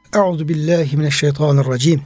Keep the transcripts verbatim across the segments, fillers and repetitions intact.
Euzu billahi mineşşeytanirracim.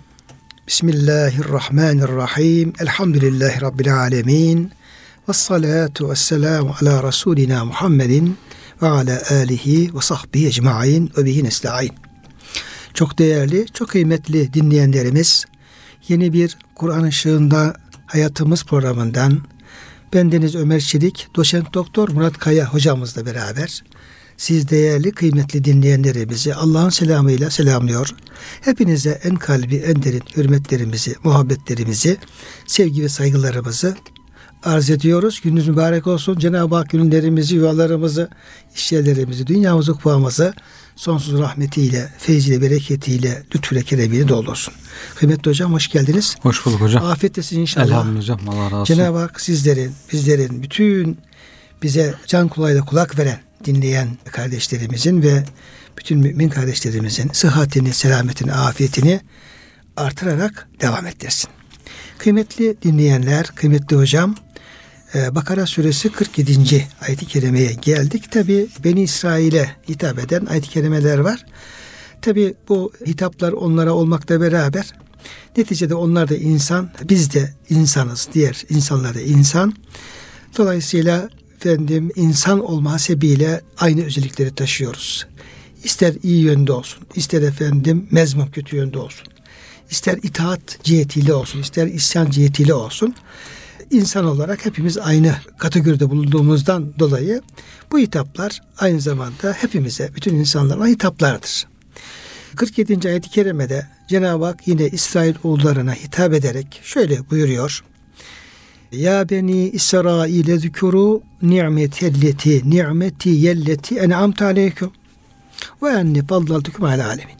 Bismillahirrahmanirrahim. Elhamdülillahi Rabbil alemin. Vessalatu vesselamu ala Resulina Muhammedin ve ala alihi ve sahbihi ecmaîn ve bihi nesta'in. Çok değerli, çok kıymetli dinleyenlerimiz, yeni bir Kur'an Işığında Hayatımız programından bendeniz Ömer Çelik, Doçent Doktor Murat Kaya hocamızla beraber siz değerli, kıymetli dinleyenlerimizi Allah'ın selamıyla selamlıyor. Hepinize en kalbi, en derin hürmetlerimizi, muhabbetlerimizi, sevgi ve saygılarımızı arz ediyoruz. Gününüz mübarek olsun. Cenab-ı Hak günlerimizi, yuvalarımızı, işyerlerimizi, dünyamızı, kupamızı sonsuz rahmetiyle, feyziyle, bereketiyle, lütfüyle, keremiyle doldursun. Kıymetli hocam, hoş geldiniz. Hoş bulduk hocam. Afiyetlesin inşallah. Elhamdülillah. Allah razı olsun. Cenab-ı Hak sizlerin, bizlerin, bütün bize can kulağıyla kulak veren, dinleyen kardeşlerimizin ve bütün mümin kardeşlerimizin sıhhatini, selametini, afiyetini artırarak devam ettirsin. Kıymetli dinleyenler, kıymetli hocam, Bakara suresi kırk yedinci ayet-i kerimeye geldik. Tabi Beni İsrail'e hitap eden ayet-i kerimeler var. Tabi bu hitaplar onlara olmakla beraber neticede onlar da insan, biz de insanız, diğer insanlar da insan. Dolayısıyla efendim insan olma hasebiyle aynı özellikleri taşıyoruz. İster iyi yönde olsun, ister efendim mezmum kötü yönde olsun, ister itaat cihetiyle olsun, ister isyan cihetiyle olsun. İnsan olarak hepimiz aynı kategoride bulunduğumuzdan dolayı bu hitaplar aynı zamanda hepimize, bütün insanlara hitaplardır. kırk yedinci ayet-i kerimede Cenab-ı Hak yine İsrail oğullarına hitap ederek şöyle buyuruyor. Ya beni İsrail'e zükuru ni'metelleti ni'meti yelleti en'amtu aleyküm ve enni faddaltukum alel alemin.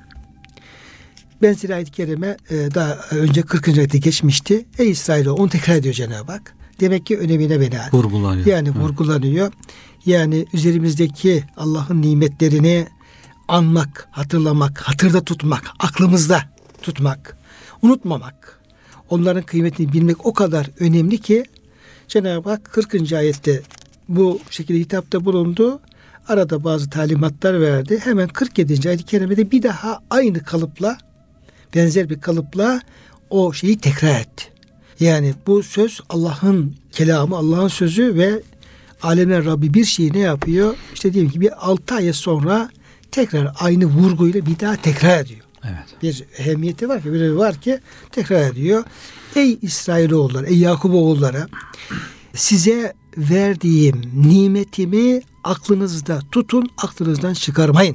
Benzer ayet-i kerime daha önce kırkıncı ayette geçmişti. Ey İsrail'e, onu tekrar ediyor Cenab-ı Hak. Demek ki önemine binaen. Vurgulanıyor. Yani evet. vurgulanıyor. Yani üzerimizdeki Allah'ın nimetlerini anmak, hatırlamak, hatırda tutmak, aklımızda tutmak, unutmamak. Onların kıymetini bilmek o kadar önemli ki Cenab-ı Hak kırkıncı ayette bu şekilde hitapta bulundu. Arada bazı talimatlar verdi. Hemen kırk yedinci ayet-i kerimede bir daha aynı kalıpla, benzer bir kalıpla o şeyi tekrar etti. Yani bu söz Allah'ın kelamı, Allah'ın sözü ve alemler Rabbi bir şeyi ne yapıyor? İşte diyelim ki bir altı ay sonra tekrar aynı vurguyla bir daha tekrar ediyor. Evet. Bir ehemmiyeti var ki, bir var ki tekrar ediyor. Ey İsrailoğulları, ey Yakuboğulları, size verdiğim nimetimi aklınızda tutun, aklınızdan çıkarmayın.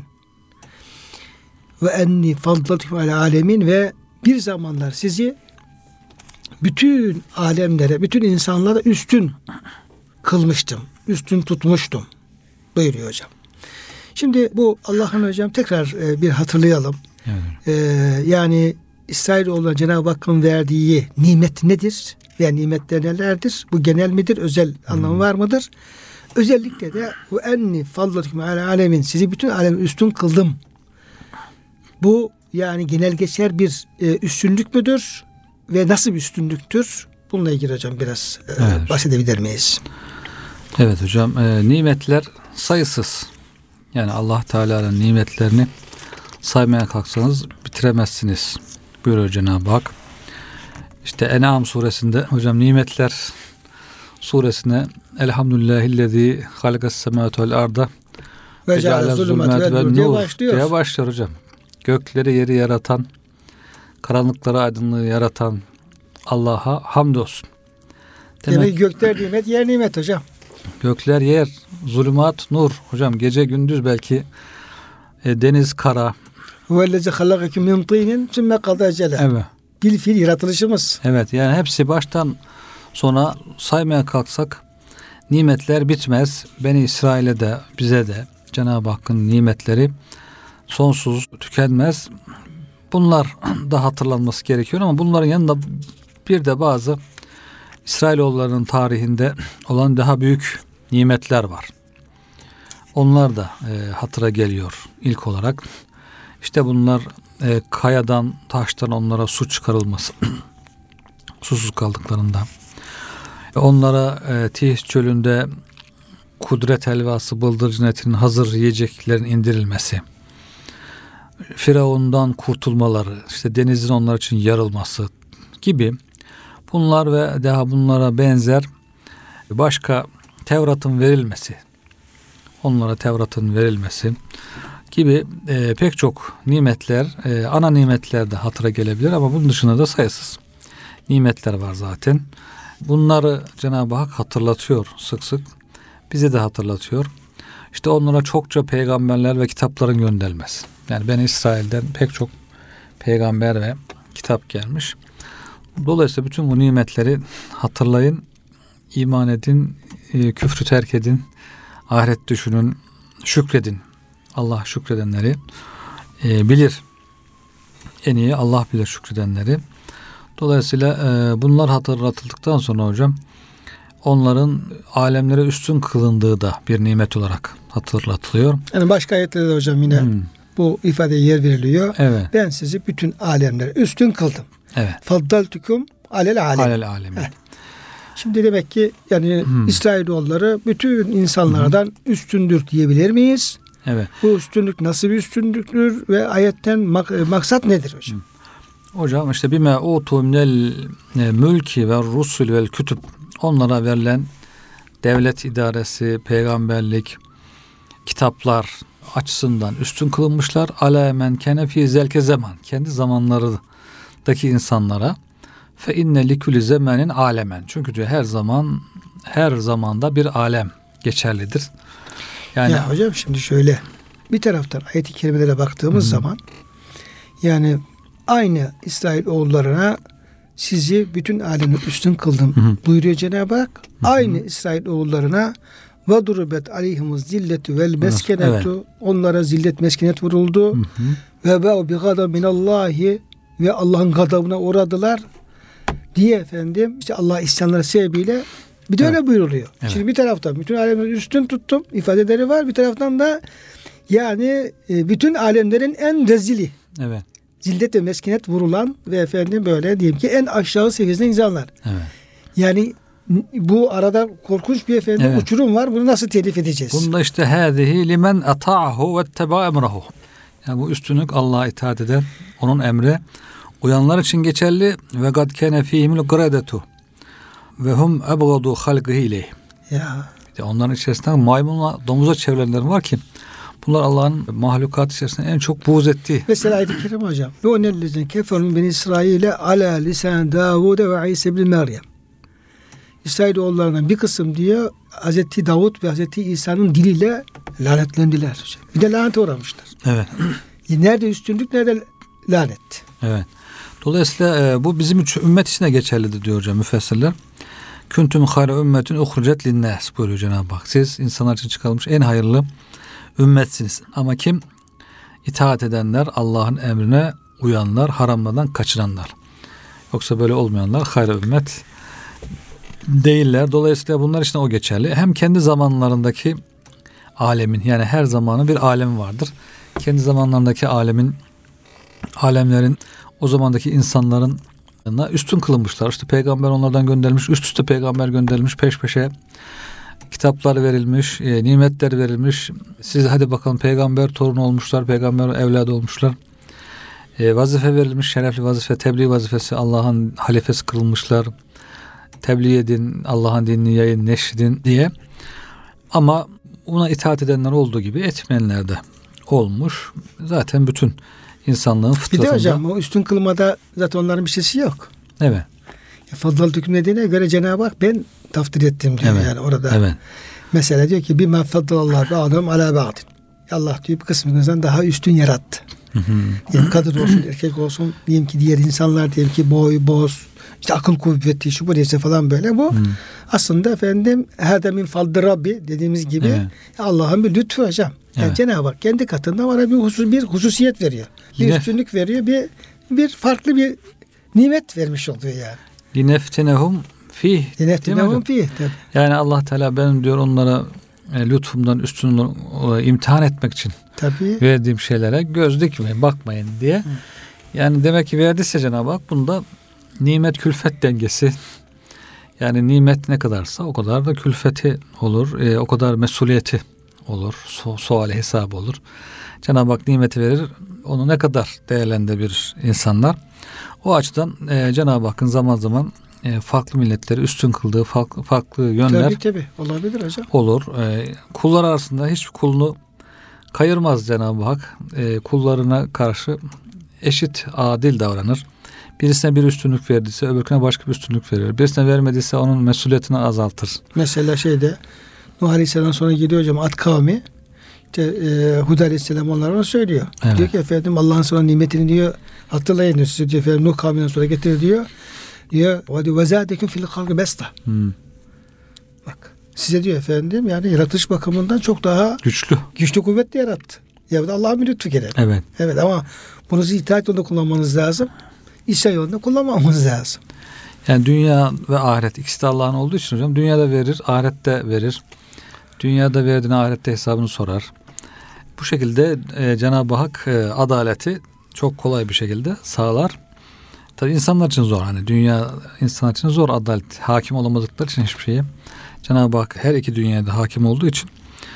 Ve enni faddaltukum alel alemin, ve bir zamanlar sizi bütün alemlere, bütün insanlara üstün kılmıştım, üstün tutmuştum buyuruyor hocam. Şimdi bu Allah'ın hocam tekrar bir hatırlayalım. Evet. Ee, yani İsrailoğullarına Cenab-ı Hakk'ın verdiği nimet nedir? Veya nimetler nelerdir? Bu genel midir? Özel hmm. anlamı var mıdır? Özellikle de bu enni faddaltukum alel alemin, sizi bütün alem üstün kıldım. Bu yani genel geçer bir e, üstünlük müdür? Ve nasıl bir üstünlüktür? Bununla ilgili hocam biraz e, evet. bahsedebilir miyiz? Evet hocam, e, nimetler sayısız. Yani Allah Teala'nın nimetlerini saymaya kalksanız bitiremezsiniz buyuruyor Cenab-ı Hak. İşte En'am suresinde hocam nimetler suresine elhamdülillahillezî halakas semâvâti vel arda ve ceale zulümâti vel nur diye başlıyor. diye başlıyor hocam. Gökleri yeri yaratan, karanlıkları aydınlığı yaratan Allah'a hamdolsun. Demek, Demek gökler nimet, yer nimet hocam. Gökler yer, zulümat nur hocam, gece gündüz belki e, deniz kara. Huvellezî halakakum min tînin sümme qadâ ecele. Evet. Bil fiil yaratılışımız. Evet, yani hepsi baştan sona saymaya kalksak nimetler bitmez. Beni İsrail'e de bize de Cenab-ı Hakk'ın nimetleri sonsuz tükenmez. Bunlar da hatırlanması gerekiyor ama bunların yanında bir de bazı İsrailoğullarının tarihinde olan daha büyük nimetler var. Onlar da e, hatıra geliyor ilk olarak. İşte bunlar e, kayadan, taştan onlara su çıkarılması, susuz kaldıklarında. Onlara e, Tih çölünde kudret helvası, bıldırcın etinin hazır yiyeceklerin indirilmesi. Firavundan kurtulmaları, işte denizin onlar için yarılması gibi bunlar ve daha bunlara benzer başka Tevrat'ın verilmesi, onlara Tevrat'ın verilmesi gibi e, pek çok nimetler, e, ana nimetler de hatıra gelebilir ama bunun dışında da sayısız nimetler var zaten. Bunları Cenab-ı Hak hatırlatıyor sık sık. Bize de hatırlatıyor. İşte onlara çokça peygamberler ve kitapların gönderilmesi. Yani Beni İsrail'den pek çok peygamber ve kitap gelmiş. Dolayısıyla bütün bu nimetleri hatırlayın, iman edin, e, küfrü terk edin, ahiret düşünün, şükredin. Allah şükredenleri e, bilir. En iyi Allah bilir şükredenleri. Dolayısıyla e, bunlar hatırlatıldıktan sonra hocam onların alemlere üstün kılındığı da bir nimet olarak hatırlatılıyor. Yani başka ayetlerde de hocam yine hmm. bu ifadeye yer veriliyor. Evet. Ben sizi bütün alemlere üstün kıldım. Evet. Faddaltukum alel alem. Alel alemi. Şimdi demek ki yani hmm. İsrailoğulları bütün insanlardan hmm. üstündür diyebilir miyiz? Evet. Bu üstünlük nasıl bir üstünlüktür ve ayetten mak- maksat nedir hocam? Hmm. Hocam işte bime utu minel mülki ve rusul vel kütüb, onlara verilen devlet idaresi, peygamberlik, kitaplar açısından üstün kılınmışlar. Ala men kene fi zelke zaman, kendi zamanlarındaki insanlara fe inne likulli zemanin alemen. Çünkü diyor her zaman her zamanda bir alem geçerlidir. Yani ya hocam şimdi şöyle bir taraftan ayet-i kerimelere baktığımız hı. zaman yani aynı İsrailoğullarına sizi bütün alemde üstün kıldım hı hı. buyuruyor Cenab-ı Hak. Hı hı. Aynı İsrailoğullarına vadurubet aleyhimuz zilletu vel meskenetu, evet. onlara zillet meskenet vuruldu. Hı hı. Ve ba'u bi gadab minallahi, ve Allah'ın gadabına uğradılar diye efendim işte Allah isyanları sebebiyle bir de evet. öyle buyuruluyor. Evet. Şimdi bir taraftan bütün alemleri üstün tuttum ifadeleri var. Bir taraftan da yani bütün alemlerin en rezili. Evet. Zillet ve meskinet vurulan ve efendim böyle diyeyim ki en aşağı seviyesinde insanlar. Evet. Yani bu arada korkunç bir efendim evet. uçurum var. Bunu nasıl telif edeceğiz? Bunda işte hâzihi limen ata'ahu ve teba emrahu. Yani bu üstünlük Allah'a itaat eden, onun emre uyanlar için geçerli ve gad kene fihimul gradetu ve hum ebgadu halqihi ileyh. Ya. İşte onların içerisinde maymunla domuza çevrilenler var ki bunlar Allah'ın mahlukat içerisinde en çok buğz ettiği. Mesela ayet-i kerime hocam. Ve onellezine keferun beni İsrail'e ala lisan Davud ve İsa ibn Meryem. İsrailoğullarından bir kısım diyor Hazreti Davud ve Hazreti İsa'nın diliyle lanetlendiler hocam. Bir de lanete uğramışlar. Evet. Nerede üstünlük, nerede lanet. Evet. Dolayısıyla e, bu bizim için ümmet için de geçerlidir diyor hocam müfessirler. Kuntum hayra ümmetin uhricet linnas buyuruyor Cenab-ı Hak. Siz insanlar için çıkarılmış en hayırlı ümmetsiniz. Ama kim? İtaat edenler, Allah'ın emrine uyanlar, haramlardan kaçınanlar. Yoksa böyle olmayanlar hayra ümmet değiller. Dolayısıyla bunlar için o geçerli. Hem kendi zamanlarındaki alemin, yani her zamanın bir alemi vardır. Kendi zamanlarındaki alemin, alemlerin o zamandaki insanların üstün kılınmışlar. İşte peygamber onlardan gönderilmiş, üst üste peygamber gönderilmiş, peş peşe kitaplar verilmiş, e, nimetler verilmiş. Siz hadi bakalım peygamber torunu olmuşlar, peygamber evladı olmuşlar. E, vazife verilmiş, şerefli vazife, tebliğ vazifesi, Allah'ın halifesi kılınmışlar. Tebliğ edin, Allah'ın dinini yayın, neşredin diye. Ama buna itaat edenler olduğu gibi etmeyenler de olmuş. Zaten bütün insanlığın fıtratında. Bir de hocam o üstün kılmada zaten onların bir şeysi yok. Evet. Faddal hükmediğine göre Cenab-ı Hak ben taftir ettim diyor evet. yani orada. Evet. Mesela diyor ki bima faddalallahu ba'dahum ala ba'din. Allah diyor bir kısmınızdan daha üstün yarattı. Hı hı. Yani kadın olsun, erkek olsun, diyelim ki diğer insanlar diyelim ki boy, boz, işte akıl kuvveti, şu bu diyese falan böyle bu. Hı. Aslında efendim hâdâ min fadli Rabbi dediğimiz gibi evet. Allah'ın bir lütfu hocam. Yani evet. Cenab-ı Hak kendi katında bana bir husus, bir hususiyet veriyor. Bir Yine, üstünlük veriyor. Bir bir farklı bir nimet vermiş oluyor yani. Lineftinehum fih. Lineftinehum fih. Yani Allah Teala benim diyor onlara e, lütfumdan üstün e, imtihan etmek için Tabii. verdiğim şeylere göz dikmeyin, bakmayın diye. Hı. Yani demek ki verdiyse Cenab-ı Hak bunda nimet külfet dengesi. Yani nimet ne kadarsa o kadar da külfeti olur. E, o kadar mesuliyeti olur. Su, suali hesabı olur. Cenab-ı Hak nimeti verir. Onu ne kadar değerlendirir insanlar. O açıdan e, Cenab-ı Hakk'ın zaman zaman e, farklı milletleri üstün kıldığı farklı, farklı yönler tabii, tabii. Olabilir hocam. olur. E, kullar arasında hiçbir kulunu kayırmaz Cenab-ı Hak. E, kullarına karşı eşit, adil davranır. Birisine bir üstünlük verdiyse öbürküne başka bir üstünlük verir. Birisine vermediyse onun mesuliyetini azaltır. Mesela şeyde Nuh Aleyhisselam sonra gidiyor hocam Ad kavmi. İşte, e, Hud Aleyhisselam onlara onu söylüyor. Evet. Diyor ki efendim Allah'ın sana nimetini diyor hatırlayın diyor. Sizi diyor efendim Nuh kavminden sonra getirir diyor. Diyor ve zâdeküm fil halkı besta. Hmm. Bak size diyor efendim yani yaratış bakımından çok daha Güçlü. güçlü kuvvetli yarattı. Ya bu da Allah'ın bir lütfu gene. Evet. Evet ama bunu itaat yolunda kullanmanız lazım. İsa yolunda kullanmamamız lazım. Yani dünya ve ahiret ikisi de Allah'ın olduğu için hocam dünyada verir, ahirette verir. Dünyada verdiğini ahirette hesabını sorar. Bu şekilde e, Cenab-ı Hak e, adaleti çok kolay bir şekilde sağlar. Tabii insanlar için zor. Hani dünya insan için zor adalet. Hakim olamadıkları için hiçbir şeye. Cenab-ı Hak her iki dünyada hakim olduğu için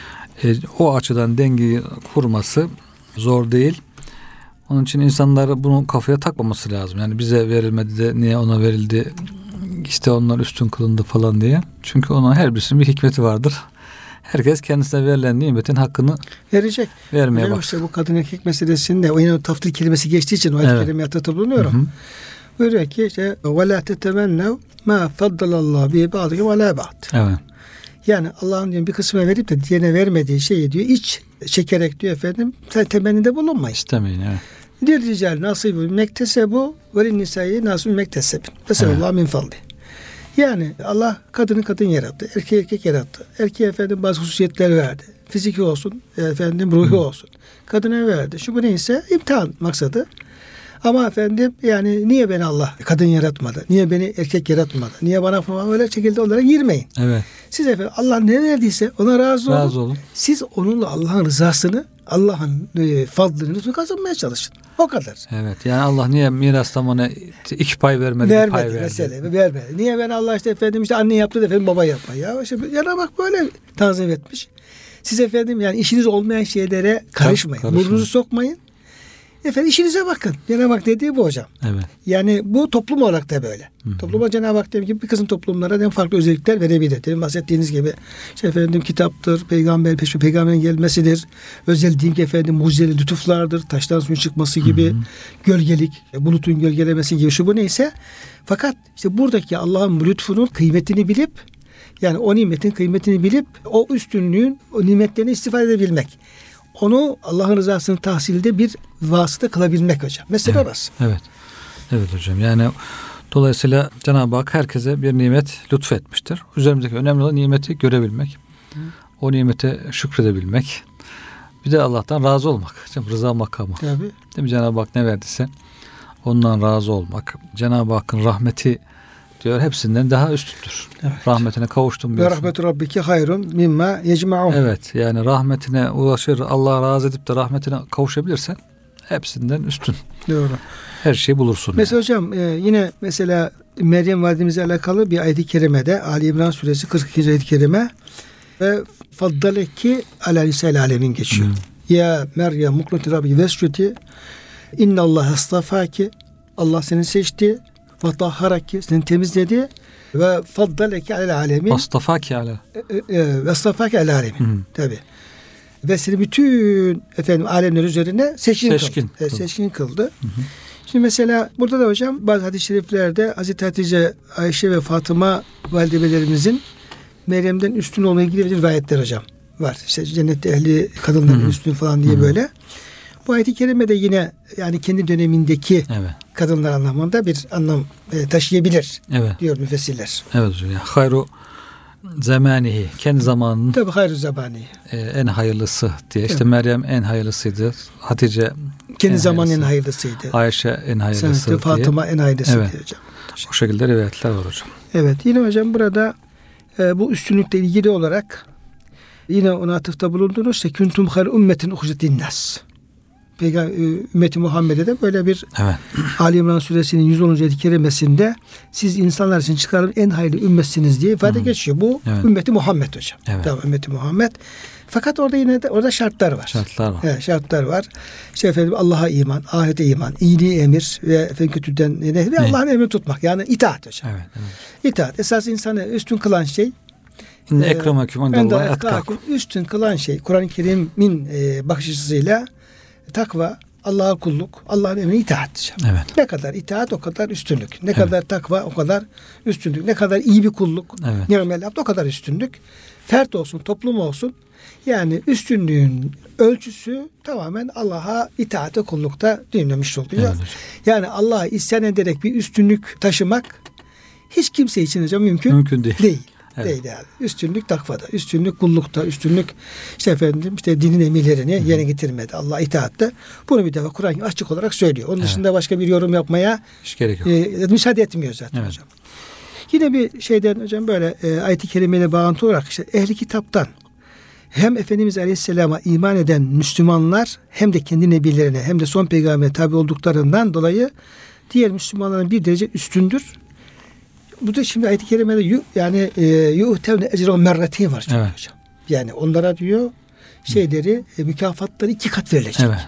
e, o açıdan dengeyi kurması zor değil. Onun için insanlar bunu kafaya takmaması lazım. Yani bize verilmedi de niye ona verildi, işte onlar üstün kılındı falan diye. Çünkü onun her birisinin bir hikmeti vardır. Herkes kendisine verilen nimetin hakkını verecek. Vermeye bak. İşte bu kadın erkek meselesinde o yine taftil kelimesi geçtiği için o ayet-i Evet. kerimeye atıfta bulunuyorum. Böyle ki işte وَلَا تَتَمَنَّوْ مَا فَضَّلَ اللّٰهُ بِهِ بَعْضِكُمْ عَلَى بَعْضٍ. Evet. Yani Allah'ın diyor bir kısmına verip de diğerine vermediği şeyi diyor iç çekerek diyor efendim sen temennide bulunmayın. İstemeyin. Evet. Dir rical nasibu mektesebu ve lin nisai nasibu mektesebin. Vesallallahu min fadli. Yani Allah kadını kadın yarattı. Erkeği erkek yarattı. Erkeğe efendim bazı hususiyetler verdi. Fiziki olsun, efendim ruhi olsun. Kadına verdi. Şu bu neyse imtihan maksadı. Ama efendim yani niye beni Allah kadın yaratmadı? Niye beni erkek yaratmadı? Niye bana falan öyle şekilde olarak girmeyin. Evet. Siz efendim Allah ne verdiyse ona razı olun. Razı olun. Siz onunla Allah'ın rızasını, Allah'ın e, fadlını kazanmaya çalışın. O kadar. Evet. Yani Allah niye mirastan ona iki pay vermedi, Vermedi bir pay verdi. mesele. Vermedi. Niye ben Allah işte efendim işte anne yaptı da efendim baba yapma. Ya işte Cenab-ı Hak böyle tanzim etmiş. Siz efendim yani işiniz olmayan şeylere karışmayın. Karışmayın. Burnunuzu sokmayın. Efendim işinize bakın. Cenab-ı Hak dediği bu hocam. Evet. Yani bu toplum olarak da böyle. Hı hı. Topluma Cenab-ı Hak demek ki bir kısım toplumlara en farklı özellikler verebilir. Demin bahsettiğiniz gibi işte efendim kitaptır, peygamber, peşme peygamberin gelmesidir. Özel din ki efendim mucizeli lütuflardır. Taştan suyun çıkması gibi, hı hı. gölgelik, bulutun gölgelemesi gibi şu bu neyse. Fakat işte buradaki Allah'ın lütfunun kıymetini bilip yani o nimetin kıymetini bilip o üstünlüğün o nimetlerini istifade edebilmek. Onu Allah'ın rızasını tahsilde bir vasıta kılabilmek hocam. Mesela evet, orası. Evet. Evet hocam. Yani dolayısıyla Cenab-ı Hak herkese bir nimet lütfetmiştir. Üzerimizdeki önemli olan nimeti görebilmek. Hı. O nimete şükredebilmek. Bir de Allah'tan razı olmak. Hocam, rıza makamı. Tabii. Değil mi? Cenab-ı Hak ne verdiyse ondan razı olmak. Cenab-ı Hakk'ın rahmeti diyor hepsinden daha üstündür. Evet. Rahmetine kavuştum diyor. Ve rahmetu rabbike hayrun mimma yecma'un. Evet, yani rahmetine ulaşır, Allah'a razı edip de rahmetine kavuşabilirsen hepsinden üstün. Doğru. Her şeyi bulursun. Mesela yani. hocam e, yine mesela Meryem validemizle alakalı bir ayet-i kerimede Ali İmran suresi kırk ikinci ayet-i kerime ve faddaleki ala nisa'il alemin geçiyor. Hmm. Ya Meryem muknuti rabbi vescuti innallaha astafaki Allah seni seçti ve tahharaki seni temizledi ve faddaleki ala alemin astafaki ala ve astafaki ala alemin. Hmm. Tabii. Ve seni bütün efendim alemler üzerine seçkin, seçkin kıldı. kıldı. Seçkin kıldı. Hı hı. Şimdi mesela burada da hocam bazı hadis-i şeriflerde Hazreti Hatice, Ayşe ve Fatıma validelerimizin Meryem'den üstün olmaya ilgili bir rivayetler hocam var. İşte cennette ehli kadınların Hı-hı. üstün falan diye Hı-hı. böyle. Bu ayet-i kerime de yine yani kendi dönemindeki evet. kadınlar anlamında bir anlam e, taşıyabilir evet. diyor müfessirler. Evet hocam. Yani hayru zamanihi, kendi zamanının tabii hayru zamanihi. E, en hayırlısı diye. İşte evet. Meryem en hayırlısıydı. Hatice kendi en zamanın en hayırlısıydı. Ayşe en hayırlısı diye. Fatıma en hayırlısı evet. diye hocam. O şekilde rivayetler var hocam. Evet. Yine hocam burada e, bu üstünlükle ilgili olarak yine ona atıfta bulundunuz. İşte kuntum hayr ümmetin uhricetin nas. Peygamber ümmeti Muhammed'e de böyle bir evet. Ali İmran suresinin yüz onuncu ayet-i kerimesinde siz insanlar için çıkarılan en hayırlı ümmetsiniz diye ifade Hı-hı. geçiyor. Bu evet. ümmeti Muhammed hocam. Evet. Tamam, ümmeti Muhammed. Fakat orada yine de orada şartlar var. Şartlar var. Evet, şartlar var. İşte efendim Allah'a iman, ahirete iman, iyiliği emir ve efendim kötüden ne ve Allah'ın emrini tutmak. Yani itaat hocam. Evet, evet. İtaat. Esas insanı üstün kılan şey İnne e, ekremeküm indallahi etkakum. üstün kılan şey Kur'an-ı Kerim'in e, bakış açısıyla takva, Allah'a kulluk, Allah'ın emrine itaat. Evet. Ne kadar itaat o kadar üstünlük. Ne Evet. kadar takva o kadar üstünlük. Ne kadar iyi bir kulluk, Evet. ni'mel abd o kadar üstünlük. Fert olsun, toplum olsun. Yani üstünlüğün ölçüsü tamamen Allah'a itaate kullukta düğümlemiş oluyor. Evet. Yani Allah'a isyan ederek bir üstünlük taşımak hiç kimse için hocam mümkün, Mümkün değil. değil. Evet. Değil yani. Üstünlük takvada, üstünlük kullukta, üstünlük işte efendim işte dinin emirlerini Hı-hı. yerine getirmede, Allah'a itaatte. Bunu bir defa Kur'an açık olarak söylüyor. Onun evet. dışında başka bir yorum yapmaya hiç gerek yok. E, müsaade etmiyor zaten evet. hocam. Yine bir şeyden hocam böyle e, ayet-i kerimeyle bağlantı olarak işte ehli kitaptan hem Efendimiz Aleyhisselam'a iman eden Müslümanlar hem de kendi nebilerine hem de son peygambere tabi olduklarından dolayı diğer Müslümanların bir derece üstündür. Bu da şimdi ayet-i kerimede yu, yani yu'tevne ecron merreti var evet. hocam. Yani onlara diyor şeyleri e, mükafatları iki kat verilecek. Evet.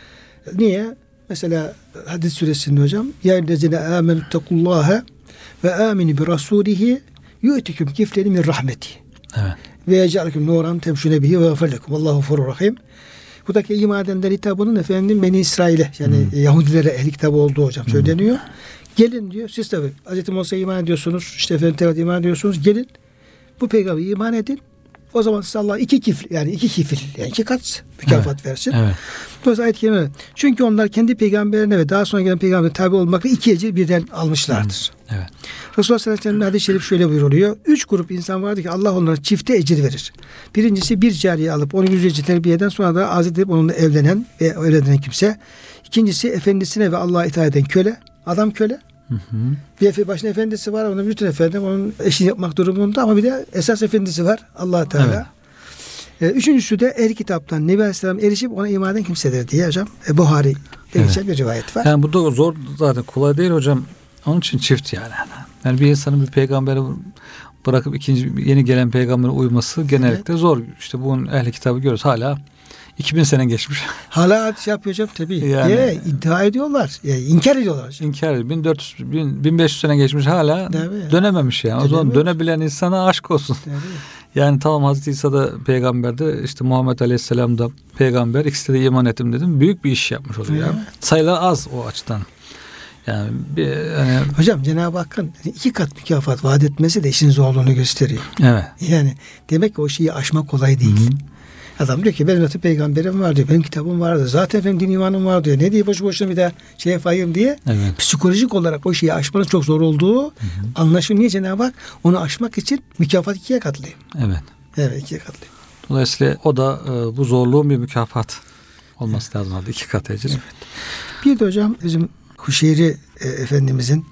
Niye? Mesela hadis suresinde hocam ya ellezine amenu tequllaha ve aminu bi rasulihi yu'tikum kiflen min rahmeti. Evet. Ve yec'alekum nuran temşune bihi ve gafirlekum. Allahu gafurur rahim. Buradaki iman edenler hitabının efendim Beni İsrail'e yani hmm. Yahudilere ehli kitabı olduğu hocam hmm. söyleniyor. Gelin diyor. Siz tabi Hz. Musa'ya iman ediyorsunuz. İşte efendim Tevrat'a iman ediyorsunuz. Gelin. Bu peygambere iman edin. O zaman size Allah iki kifil yani iki kifil yani iki kat mükafat evet. versin. Evet. Dolayısıyla ayet-i kerime. Çünkü onlar kendi peygamberine ve daha sonra gelen peygambere tabi olmakla iki ecir birden almışlardır. Hmm. Evet. Resulullah sallallahu aleyhi ve sellem'in hadis-i şerif şöyle buyuruluyor. Üç grup insan vardı ki Allah onlara çifte ecir verir. Birincisi bir cariye alıp onu güzelce terbiyeden sonra da azat edip onunla evlenen ve evlenen kimse. İkincisi efendisine ve Allah'a itaat eden köle. Adam köle. Hı hı. Bir başına efendisi var. Onun bütün efendim onun eşini yapmak durumunda ama bir de esas efendisi var. Allah Teala. Evet. Üçüncüsü de ehl kitaptan Nebi Aleyhisselam erişip ona iman eden kimsedir diye hocam. E, Buhari'de evet. geçen bir rivayet var. Yani bu da zor zaten kolay değil hocam. Onun için çift yani. Yani bir insanın bir peygamberi bırakıp ikinci yeni gelen peygambere uyması genellikle evet. zor. İşte bunun ehli kitabı görüyoruz. Hala iki bin sene geçmiş. Hala şey yapıyor hocam tabii. Yani, ya, iddia ediyorlar. Ya, inkar ediyorlar. İnkar ediyor. bin dört yüz bin beş yüz sene geçmiş hala tabii. Dönememiş yani. Dönemiyor. O zaman dönebilen insana aşk olsun. Tabii. Yani tamam Hazreti İsa da peygamberdi. İşte Muhammed Aleyhisselam da peygamber. İkisi de iman ettim dedim. Büyük bir iş yapmış oluyor. Evet. Sayılar az o açıdan. Yani bir, hani... Hocam Cenab-ı Hakk'ın iki kat mükafat vaat etmesi de işin zorluğunu gösteriyor. Evet. Yani demek ki o şeyi aşmak kolay değil. Hı-hı. Adam diyor ki benim zaten peygamberim var diyor. Benim kitabım vardı. Zaten benim din imanım var diyor. Ne diye boşu boşuna bir daha şey yapayım diye. Evet. Psikolojik olarak o şeyi aşmanın çok zor olduğu anlaşılmıyor. Cenab-ı Hak onu aşmak için mükafat ikiye katlıyor. Evet. Evet ikiye katlıyor. Dolayısıyla o da e, bu zorluğun bir mükafat olması lazım. Evet. İki kat ecir. Evet. Bir de hocam bizim Kuşeyri e, Efendimizin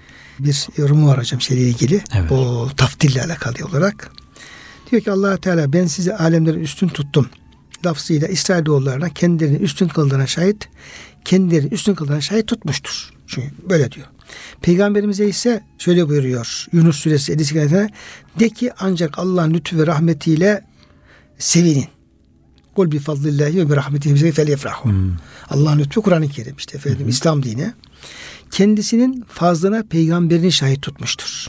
bir yorumu var hocam şeyle ilgili. Evet. O taftille alakalı olarak. Diyor ki Allah Teala ben sizi alemlerin üstün tuttum. Lafzıyla İsrailoğullarına kendilerini üstün kıldığına şahit, kendilerini üstün kıldığına şahit tutmuştur. Çünkü böyle diyor. Peygamberimize ise şöyle buyuruyor. Yunus suresi elli sekiz ayetinde de ki ancak Allah'ın lütfu ve rahmetiyle sevinin. Kul bi fadlillahi ve bi rahmetihi felyefrahu. Hmm. Allah'ın lütfu Kur'an-ı Kerim işte efendim hmm. İslam dini. Kendisinin fazlına peygamberini şahit tutmuştur.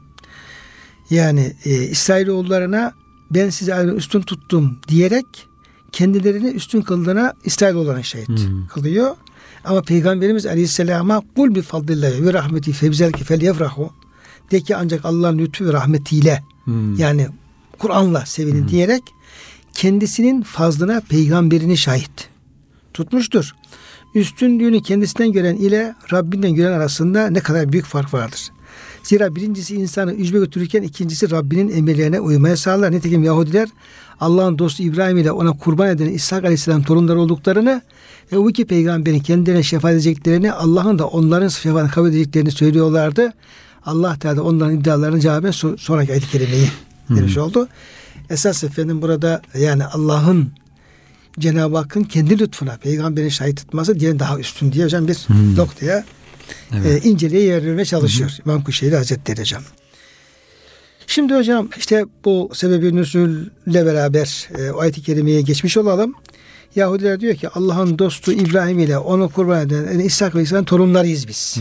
Yani e, İsrailoğullarına ben sizi üstün tuttum diyerek kendilerini üstün kıldığına İsrailoğullarına şahit hmm. kılıyor. Ama Peygamberimiz Aleyhisselam'a kul bi fadlillahi ve rahmeti febzelki felyefrahu de ki ancak Allah'ın lütfu ve rahmetiyle hmm. yani Kur'an'la sevinin hmm. diyerek kendisinin fazlına peygamberini şahit tutmuştur. Üstünlüğünü kendisinden gören ile Rabbinden gören arasında ne kadar büyük fark vardır. Zira birincisi insanı ücbe götürürken ikincisi Rabbinin emirlerine uymaya sağlar. Nitekim Yahudiler Allah'ın dostu İbrahim ile ona kurban eden İshak Aleyhisselam torunları olduklarını ve o iki peygamberin kendilerine şefaat edeceklerini Allah'ın da onların şefaatini kabul edeceklerini söylüyorlardı. Allah Teala onların iddialarını cevaben sonraki ayet-i kerimeyi hmm. demiş oldu. Esas efendim burada yani Allah'ın Cenab-ı Hakk'ın kendi lütfuna peygamberin şahit tutması diğerinin daha üstün diye hocam bir hmm. noktaya evet. e, inceleye yer vermeye çalışıyor. Hmm. İmam Kuşeyri Hazretleri hocam. Şimdi hocam işte bu sebebi nüzulle beraber e, o ayet-i kerimeye geçmiş olalım. Yahudiler diyor ki Allah'ın dostu İbrahim ile onu kurban eden yani İshak ve İshak'ın torunlarıyız biz.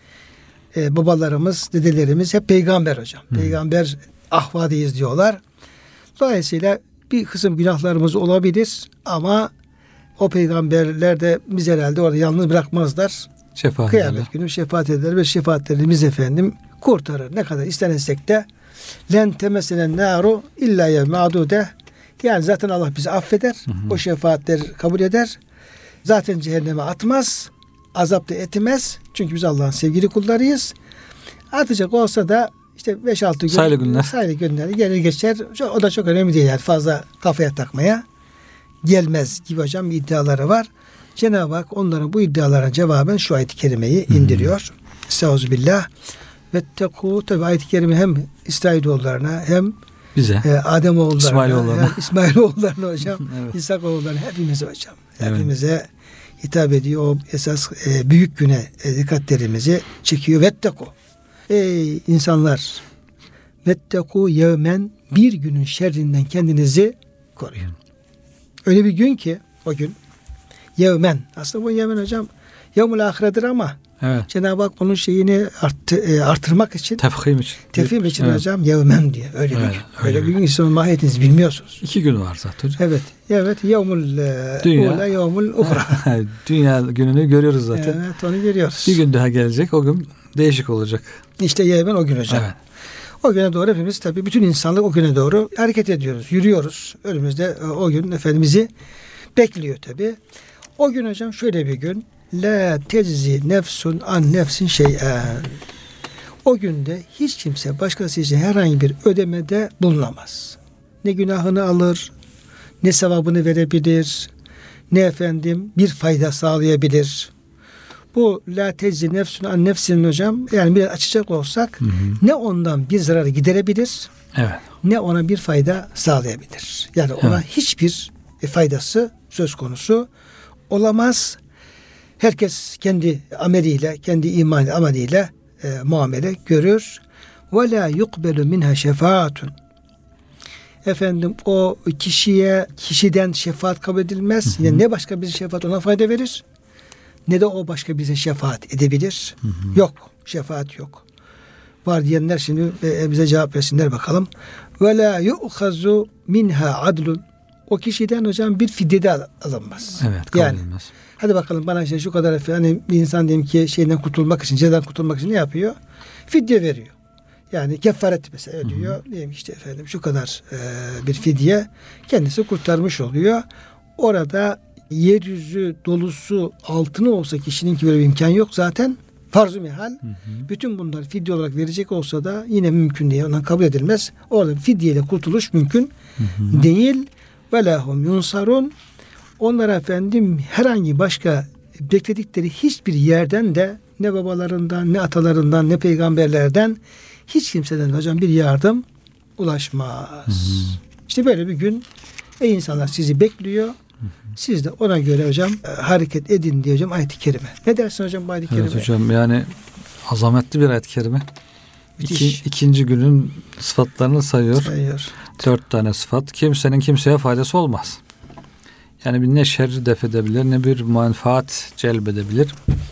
Hı. E, babalarımız, dedelerimiz hep peygamber hocam. Hı. Peygamber ahvadıyız diyorlar. Dolayısıyla bir kısım günahlarımız olabilir ama o peygamberler de biz herhalde orada yalnız bırakmazlar. Şefaat Kıyamet ederler. günü şefaat eder ve şefaatlerimiz efendim kurtarır. Ne kadar istenesek de len temesinen naru illa ye ma'dude. Yani zaten Allah bizi affeder. Hı hı. O şefaatleri kabul eder. Zaten cehenneme atmaz. Azap da etmez. Çünkü biz Allah'ın sevgili kullarıyız. Atacak olsa da işte beş altı gün sayılı günler. Sayılı günleri gelir geçer. O da çok önemli değil yani fazla kafaya takmaya gelmez gibi hocam bir iddiaları var. Cenab-ı Hak onların bu iddialara cevaben şu ayet-i kerimeyi indiriyor. Estağfirullah. Vettekû tabi ayet-i kerime hem İsrailoğullarına hem bize, e, Ademoğullarına, İsmailoğullarına, hem İsmailoğullarına hocam, evet. İshak-oğullarına hepimize hocam. Evet. Hepimize hitap ediyor. O esas e, büyük güne e, dikkatlerimizi çekiyor. Vettekû. Ey insanlar! Vettekû yevmen bir günün şerrinden kendinizi koruyun. Öyle bir gün ki o gün yevmen. Aslında bu yevmen hocam yevmul ahiredir ama evet. Cenab-ı Hak onun şeyini arttı, e, artırmak için tefhim için. Tefhim için evet. hocam yevmen diye. Öyle evet, bir gün. Öyle, öyle bir gün insanın mahiyetinizi bilmiyorsunuz. İki gün var zaten hocam. Evet. Evet. Yevmul Dünya. ula yevmul uhra. Dünya gününü görüyoruz zaten. Evet. Onu görüyoruz. Bir gün daha gelecek. O gün değişik olacak. İşte yevmen o gün hocam. Evet. O güne doğru hepimiz tabii bütün insanlık o güne doğru hareket ediyoruz. Yürüyoruz. Önümüzde o gün Efendimiz'i bekliyor tabii. O gün hocam şöyle bir gün. La teczi nefsun an nefsin şey'en. O günde hiç kimse başkası için herhangi bir ödemede bulunamaz. Ne günahını alır, ne sevabını verebilir, ne efendim bir fayda sağlayabilir. Bu la teczi nefsun an nefsinin hocam yani biraz açacak olsak hı hı. ne ondan bir zararı giderebilir, evet. ne ona bir fayda sağlayabilir. Yani ona evet. hiçbir faydası söz konusu olamaz. Herkes kendi ameliyle, kendi iman ameliyle e, muamele görür. Ve la yukbelu minha şefaatun. Efendim o kişiye kişiden şefaat kabul edilmez. Hı hı. Yani ne başka bir şefaat ona fayda verir, ne de o başka bize şefaat edebilir. Hı hı. Yok, şefaat yok. Var diyenler şimdi e, bize cevap versinler bakalım. Ve la yu'khazu minha adlun. O kişiden hocam bir fidye de alınmaz. Evet, kabul yani, edilmez. Hadi bakalım bana işte şu kadar hani bir insan diyelim ki şeyden kurtulmak için, cezadan kurtulmak için ne yapıyor? Fidye veriyor. Yani kefaret mesela ödüyor. Hı hı. Diyelim işte efendim şu kadar e, bir fidye kendisi kurtarmış oluyor. Orada yeryüzü dolusu altını olsa kişinin ki böyle bir imkan yok zaten. Farz-ı mihal. Hı hı. Bütün bunları fidye olarak verecek olsa da yine mümkün değil. Ondan kabul edilmez. Orada fidyeyle kurtuluş mümkün hı hı. değil. Ve lahum yunsarun. Onlara efendim herhangi başka bekledikleri hiçbir yerden de ne babalarından, ne atalarından, ne peygamberlerden hiç kimseden hocam bir yardım ulaşmaz. Hı hı. İşte böyle bir gün ey insanlar sizi bekliyor. Hı hı. Siz de ona göre hocam hareket edin diye hocam ayet-i kerime. Ne dersin hocam bu ayet-i kerime? Evet hocam yani azametli bir ayet-i kerime. İki, ikinci günün sıfatlarını sayıyor. sayıyor. Dört tane sıfat. Kimsenin kimseye faydası olmaz. Yani bir ne şerri def edebilir, ne bir menfaat celbedebilir.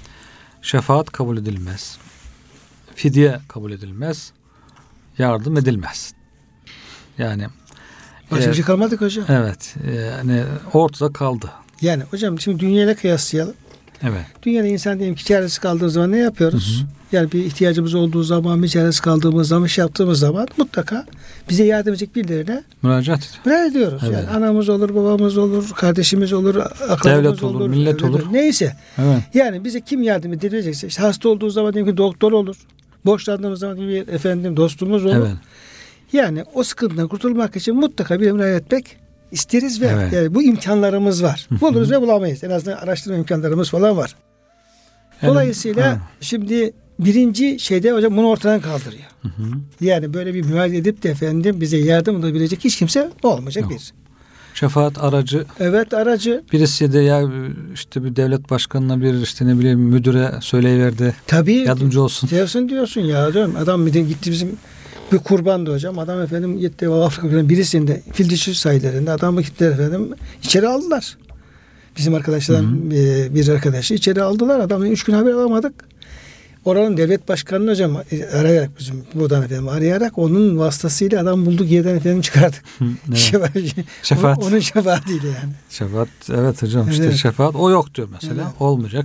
Şefaat kabul edilmez. Fidye kabul edilmez. Yardım edilmez. Yani başka bir şey kalmadık hocam. Evet. Yani ortada kaldı. Yani hocam şimdi dünyayla kıyaslayalım. Evet. Dünyada insan diyelim ki çaresiz kaldığı zaman ne yapıyoruz? Hı hı. Yani bir ihtiyacımız olduğu zaman, bir çaresiz kaldığımız zaman, şey yaptığımız zaman mutlaka bize yardım edecek birilerine müracaat ediyoruz. Müracaat ediyoruz. Evet. Yani anamız olur, babamız olur, kardeşimiz olur, akrabamız devlet olur, olur, millet olur. Neyse. Evet. Yani bize kim yardım edilecekse, işte hasta olduğu zaman diyelim ki doktor olur. Borçlandığımız zaman diyelim ki efendim dostumuz olur. Evet. Yani o sıkıntıdan kurtulmak için mutlaka bir müracaat etmek isteriz ve evet. yani bu imkanlarımız var. Buluruz ve bulamayız. En azından araştırma imkanlarımız falan var. Yani, dolayısıyla ha. şimdi birinci şeyde hocam bunu ortadan kaldırıyor. Hı hı. Yani böyle bir müracaat edip de efendim bize yardım edebilecek hiç kimse olmayacak Yok. bir. Şefaat aracı. Evet aracı. Birisi de ya işte bir devlet başkanına bir işte ne bileyim müdüre söyleyiverdi. Tabii. Yardımcı olsun. Diyorsun diyorsun ya diyorum. Adam bir de gitti bizim Bir kurbandı hocam. Adam efendim gitti Afrika'nın birisinde fil dişi sayılarında adamı gittiler efendim içeri aldılar. Bizim arkadaşlardan bir arkadaşı içeri aldılar. Adamın üç gün haber alamadık. Oranın devlet başkanını hocam arayarak bizim buradan efendim arayarak onun vasıtasıyla adam bulduk yerden efendim çıkardık. Evet. Şefaat. Onun şefaatiyle yani. Şefaat evet hocam evet. işte şefaat o yok diyor mesela. Evet. Olmayacak.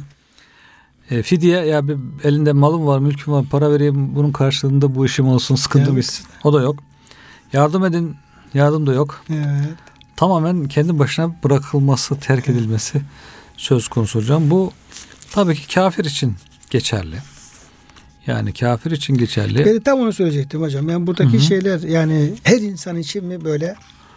E, fidye ya bir elinde malım var, mülküm var, para vereyim bunun karşılığında bu işim olsun, sıkıntı evet. bitsin. O da yok. Yardım edin, yardım da yok. Evet. Tamamen kendi başına bırakılması, terk edilmesi söz konusu hocam. Bu tabii ki kafir için geçerli. Yani kafir için geçerli. Ben tam onu söyleyecektim hocam. Yani buradaki Hı-hı. şeyler yani her insan için mi böyle?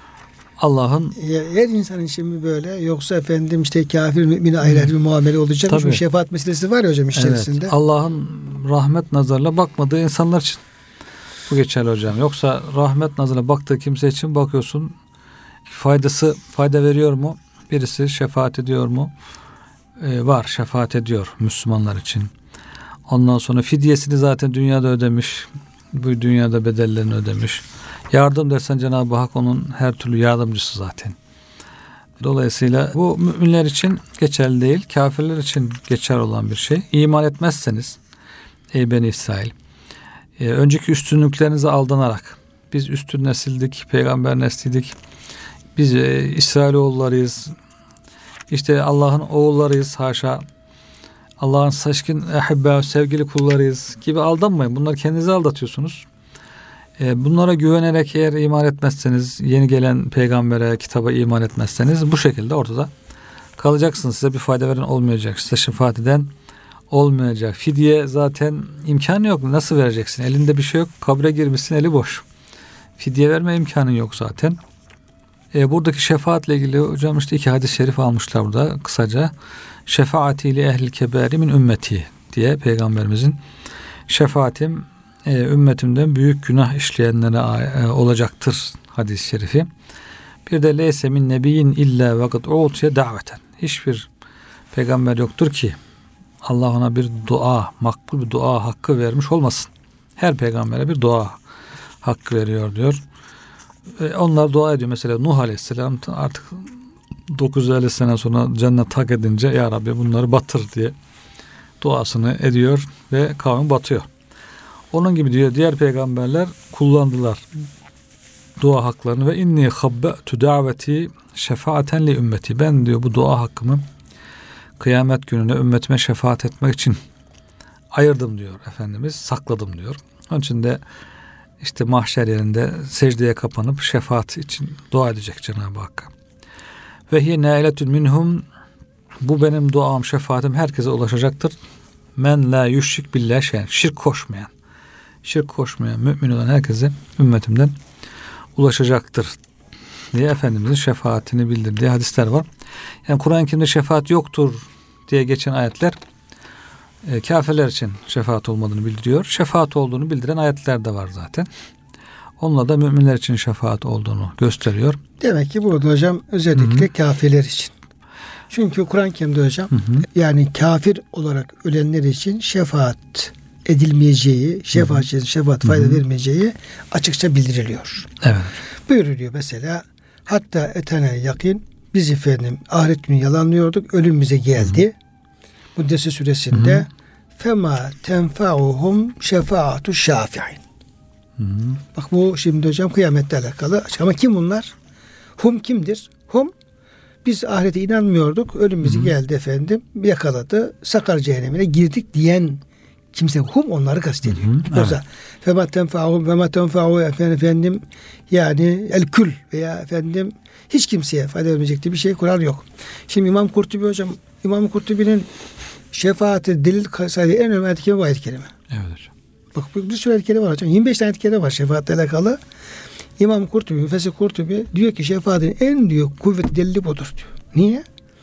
Allah'ın her insan için mi böyle yoksa efendim işte kafir mümine ayrı bir muamele olacak mı? Şefaat meselesi var ya hocam içerisinde. Evet, Allah'ın rahmet nazarıyla bakmadığı insanlar için bu geçerli hocam. Yoksa rahmet nazarıyla baktığı kimse için bakıyorsun faydası fayda veriyor mu? Birisi şefaat ediyor mu? Ee, var şefaat ediyor Müslümanlar için. Ondan sonra fidyesini zaten dünyada ödemiş. Bu dünyada bedellerini ödemiş. Yardım dersen Cenab-ı Hak onun her türlü yardımcısı zaten. Dolayısıyla bu müminler için geçerli değil, kafirler için geçerli olan bir şey. İman etmezseniz ey Beni İsrail, e, önceki üstünlüklerinize aldanarak biz üstün nesildik, peygamber nesliydik, biz e, İsrailoğullarıyız, işte Allah'ın oğullarıyız haşa, Allah'ın saçkın ehibbe sevgili kullarıyız gibi aldanmayın. Bunlar kendinizi aldatıyorsunuz. Bunlara güvenerek eğer iman etmezseniz, yeni gelen peygambere, kitaba iman etmezseniz bu şekilde ortada kalacaksınız. Size bir fayda veren olmayacak. Size şefaat eden olmayacak. Fidye zaten imkanı yok. Nasıl vereceksin? Elinde bir şey yok. Kabre girmişsin, eli boş. Fidye verme imkanı yok zaten. E, buradaki şefaatle ilgili hocam işte iki hadis-i şerif almışlar burada kısaca. Şefaati li ehlil kebari min ümmeti diye peygamberimizin şefaatim e, ümmetimden büyük günah işleyenlere e, olacaktır hadis-i şerifi. Bir de leyse min nebiyyin illa ve kad utiye daveten. Hiçbir peygamber yoktur ki Allah ona bir dua, makbul bir dua hakkı vermiş olmasın. Her peygambere bir dua hakkı veriyor diyor. E, onlar dua ediyor. Mesela Nuh Aleyhisselam artık dokuz yüz elli sene sonra cennet hak edince ya Rabbi bunları batır diye duasını ediyor ve kavmi batıyor. Onun gibi diyor diğer peygamberler kullandılar dua haklarını ve inni habbe'tu daveti şefaaten li ümmeti. Ben diyor bu dua hakkımı kıyamet gününe ümmetime şefaat etmek için ayırdım diyor Efendimiz, sakladım diyor. Onun için de işte mahşer yerinde secdeye kapanıp şefaat için dua edecek Cenab-ı Hakk'a. Ve hiye nailetun minhum, bu benim duam, şefaatim herkese ulaşacaktır. Men la yüşrik billah şeyen, şirk koşmayan, şirk koşmayan mümin olan herkese ümmetimden ulaşacaktır diye Efendimizin şefaatini bildirdiği hadisler var. Yani Kur'an-ı Kerim'de şefaat yoktur diye geçen ayetler e, kafirler için şefaat olmadığını bildiriyor. Şefaat olduğunu bildiren ayetler de var zaten. Onunla da müminler için şefaat olduğunu gösteriyor. Demek ki burada hocam özellikle Hı-hı. kafirler için. Çünkü Kur'an-ı Kerim'de hocam Hı-hı. yani kafir olarak ölenler için şefaat edilmeyeceği, şefaatçinin şefaat fayda Hı-hı. vermeyeceği açıkça bildiriliyor. Evet. Buyuruluyor mesela hatta etene yakin biz efendim ahiret günü yalanlıyorduk, ölüm bize geldi. Muddessir suresinde fema tenfa'uhum şefaatu şafi'in. Bak bu şimdi hocam kıyamette alakalı. Ama kim bunlar? Hum kimdir? Hum biz ahirete inanmıyorduk. Ölüm bizi geldi efendim. Yakaladı. Sakar cehennemine girdik diyen kimse. Hum onları kastediyor. Yoksa fema tenfa'uhum fema tenfa'u efendim yani el kül veya efendim hiç kimseye fayda vermeyecek diye bir şey Kur'an yok. Şimdi İmam Kurtubi hocam İmam Kurtubi'nin şefaati delil saydığı en önemli ayet-i kerime bu ayet-i kerime. Evet hocam. Bak bir sürü ayet-i kerime var hocam. yirmi beş tane ayet-i kerime var şefaatle alakalı. İmam Kurtubi, Müfessir Kurtubi diyor ki şefaatin en diyor kuvvetli delili budur diyor. Niye?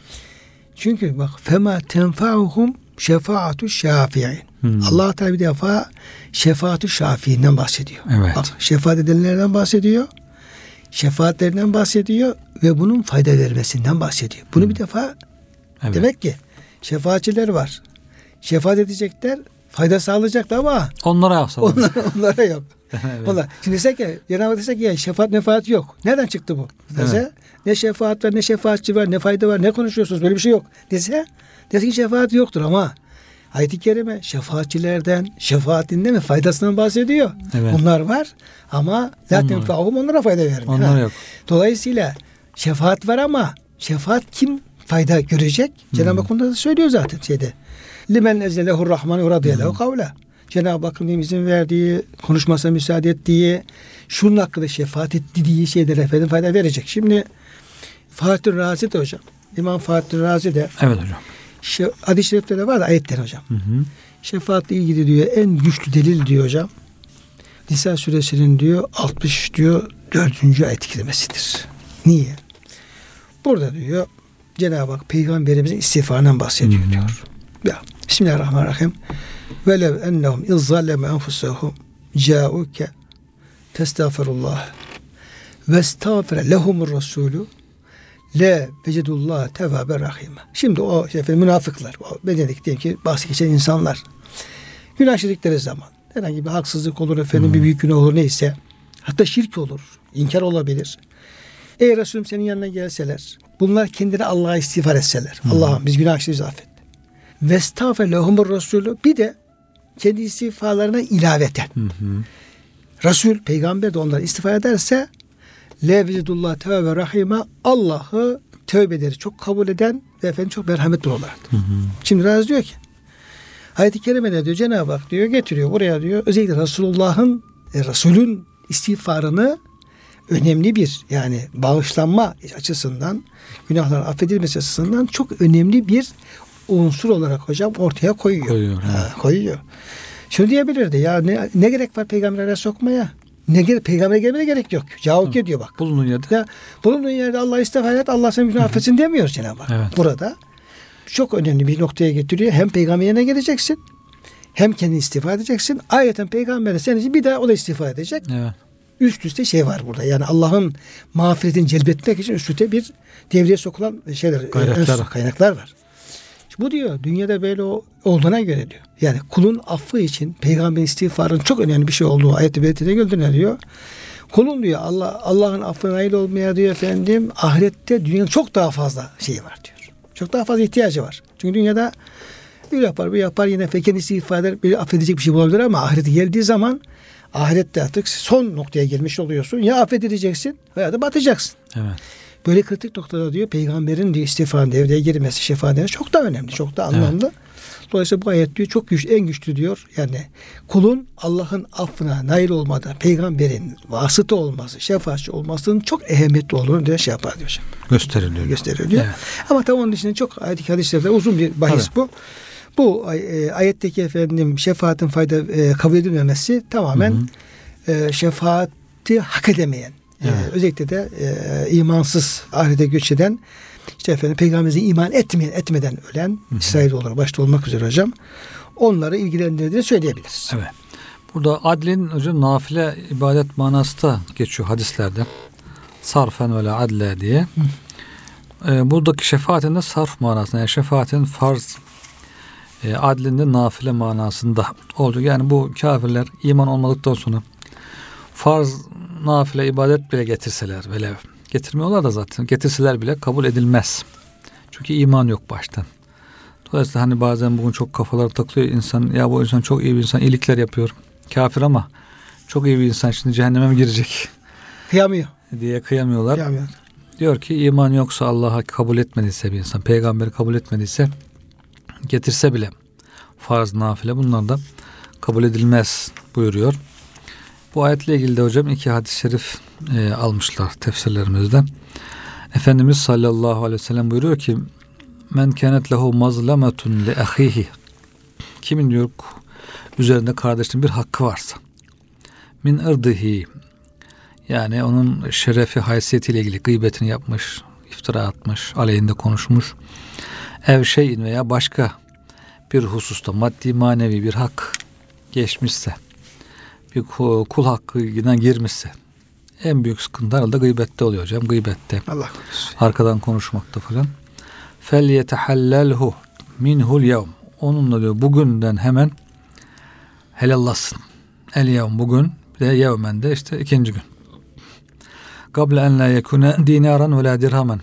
Çünkü bak fema tenfa'uhum şefaatu şafi'in. Hmm. Allah Teala bir defa şefaatu şafiinden bahsediyor. Evet. Bak şefaat edenlerden bahsediyor. Şefaatlerinden bahsediyor ve bunun fayda vermesinden bahsediyor. Bunu hmm. bir defa evet. demek ki şefaatçiler var. Şefaat edecekler, fayda sağlayacaklar ama onlara yok. Onlara, onlara yok. Evet. Vallahi şimdi dese ki Cenab-ı Hak dese ki ya şefaat mefaat yok. Nereden çıktı bu? Dese Evet. ne şefaat var, ne şefaatçi var, ne fayda var, ne konuşuyorsunuz, böyle bir şey yok. Dese dese ki şefaat yoktur ama ayet-i kerime şefaatçilerden, şefaatin mi faydasından bahsediyor. Evet. Bunlar var ama zaten Onlar- faum onlara fayda vermiyor. Onlar Ha. yok. Dolayısıyla şefaat var ama şefaat kim fayda görecek? Cenab-ı Hak onda da söylüyor zaten şeyde. Limen eznelehur rahmanu radiyallahu kavla. Cenab-ı Hakk'ın izin verdiği, konuşmasına müsaade ettiği, şunun hakkında şefaat ettiği şeylere efendim fayda verecek. Şimdi Fahrettin Razi de hocam. İmam Fahrettin Razi de Evet hocam. şu hadis-i şerifte de var da ayetler hocam. Hı hı. Şefaatle ilgili diyor en güçlü delil diyor hocam. Nisa suresinin diyor altmış diyor dördüncü ayet kelimesidir. Niye? Burada diyor Cenab-ı Hak peygamberimizin istiğfarından bahsediyor Hı hı. diyor. Ya Bismillahirrahmanirrahim. Velev ennehum izzalleme enfusahum ca'uke testağfirullah ve estağfire lehumur rasulü le vecidullah tevvabe rahime. Şimdi o şey, efendim, münafıklar, o bedenik diyelim ki bahsi geçen insanlar günah işledikleri zaman herhangi bir haksızlık olur efendim, Hmm. bir büyük günah olur neyse, hatta şirk olur, inkar olabilir. Ey Resulüm senin yanına gelseler, bunlar kendine Allah'a istiğfar etseler, Hmm. Allah'ım biz günah işleriz affet. Ve estağfir lehumur rasulü, bir de kendi istiğfarlarına ilaveten Hı hı. Resul, peygamber de onlara istiğfar ederse le vecidullah tevve rahime, Allah'ı tövbeleri çok kabul eden ve efendim çok merhametli olardı. Hı hı. Şimdi Razi diyor ki ayet-i kerime ne diyor? Cenab-ı Hak diyor getiriyor buraya diyor. Özellikle Resulullah'ın e, Resul'ün istiğfarını önemli bir, yani bağışlanma açısından, günahların affedilmesi açısından çok önemli bir unsur olarak hocam ortaya koyuyor. Koyuyor, Ha, evet. koyuyor. Şunu diyebilirdi ya ne, ne gerek var peygamberlere sokmaya? Ne gerek, peygambere gelmeye gerek yok. Cevap diyor bak. Bulunduğun yerde. Ya bulunduğun yerde Allah istiğfar et, Allah seni günah affetsin demiyor Cenab-ı Hak. Evet. Burada çok önemli bir noktaya getiriyor. Hem peygamberine geleceksin, hem kendini istiğfar edeceksin. Ayrıca peygamber de senin için bir daha o da istiğfar edecek. Evet. Üst üste şey var burada. Yani Allah'ın mağfiretini celbetmek için üst üste bir devreye sokulan şeyler, Gayretler. e, kaynaklar var. Bu diyor dünyada böyle o- olduğuna göre diyor. Yani kulun affı için peygamberin istiğfarının çok önemli bir şey olduğu ayet-i beretine gördüğüne diyor. Kulun diyor Allah Allah'ın affına nail olmaya diyor efendim ahirette dünyanın çok daha fazla şeyi var diyor. Çok daha fazla ihtiyacı var. Çünkü dünyada bir yapar bir yapar yine feken istiğfar eder, bir affedecek bir şey bulabilir ama ahirete geldiği zaman ahirette artık son noktaya gelmiş oluyorsun. Ya affedileceksin veya da batacaksın. Evet. Böyle kritik noktada diyor peygamberin diyor istiğfarın devreye girmesi, şefaatine çok da önemli, çok da anlamlı. Dolayısıyla bu ayet diyor çok güçlü, en güçlü diyor. Yani kulun Allah'ın affına nail olmada peygamberin vasıta olması, şefaatçi olmasının çok ehemmiyetli olduğunu diyor şey yapar diyor. Gösteriliyor. Gösteriyor diyor. Evet. Ama tabii onun dışında çok ayet-i hadislerde uzun bir bahis Tabii. bu. Bu e, ayetteki efendim şefaatin fayda e, kabul edilmemesi tamamen Hı hı. e, şefaati hak edemeyen, e, Evet. özellikle de e, imansız ahirete göç eden, işte efendim peygamberimize iman etmeyen, etmeden ölen İsrailoğulları başta olmak üzere hocam onları ilgilendirdiğini söyleyebiliriz. Evet. Burada adlin hocam nafile ibadet manası da geçiyor hadislerde. Sarfen ve la adle diye. Ee, buradaki şefaatin de sarf manasında, yani şefaatin farz, e, adlin de nafile manasında oldu. Yani bu kafirler iman olmadıktan sonra farz, nafile ibadet bile getirseler, velev getirmiyorlar da zaten, getirseler bile kabul edilmez. Çünkü iman yok baştan. Dolayısıyla hani bazen bugün çok kafalar takılıyor insan, ya bu insan çok iyi bir insan, iyilikler yapıyor, kafir ama çok iyi bir insan, şimdi cehenneme mi girecek Kıyamıyor. diye kıyamıyorlar. Kıyamıyor. Diyor ki iman yoksa, Allah'a kabul etmediyse bir insan, peygamberi kabul etmediyse, getirse bile farz, nafile bunlar da kabul edilmez buyuruyor. Bu ayetle ilgili de hocam iki hadis-i şerif e, almışlar tefsirlerimizde. Efendimiz sallallahu aleyhi ve sellem buyuruyor ki men kânet lehu mazlametun li ahihi, kimin diyor üzerinde kardeşinin bir hakkı varsa, min ırdihi, yani onun şerefi, haysiyetiyle ilgili gıybetini yapmış, iftira atmış, aleyhinde konuşmuş, ev şeyin veya başka bir hususta maddi manevi bir hak geçmişse, bir kul, kul hakkına girmişse, en büyük sıkıntı herhalde gıybette oluyor hocam, gıybette, Allah korusun. arkadan konuşmakta falan. Fel yetehallelhu minhul yevm, onunla diyor bugünden hemen helallasın. El yevm, bugün Bir de yevmen de işte ikinci gün. Kable en la yekune dinaran ve la dirhamen.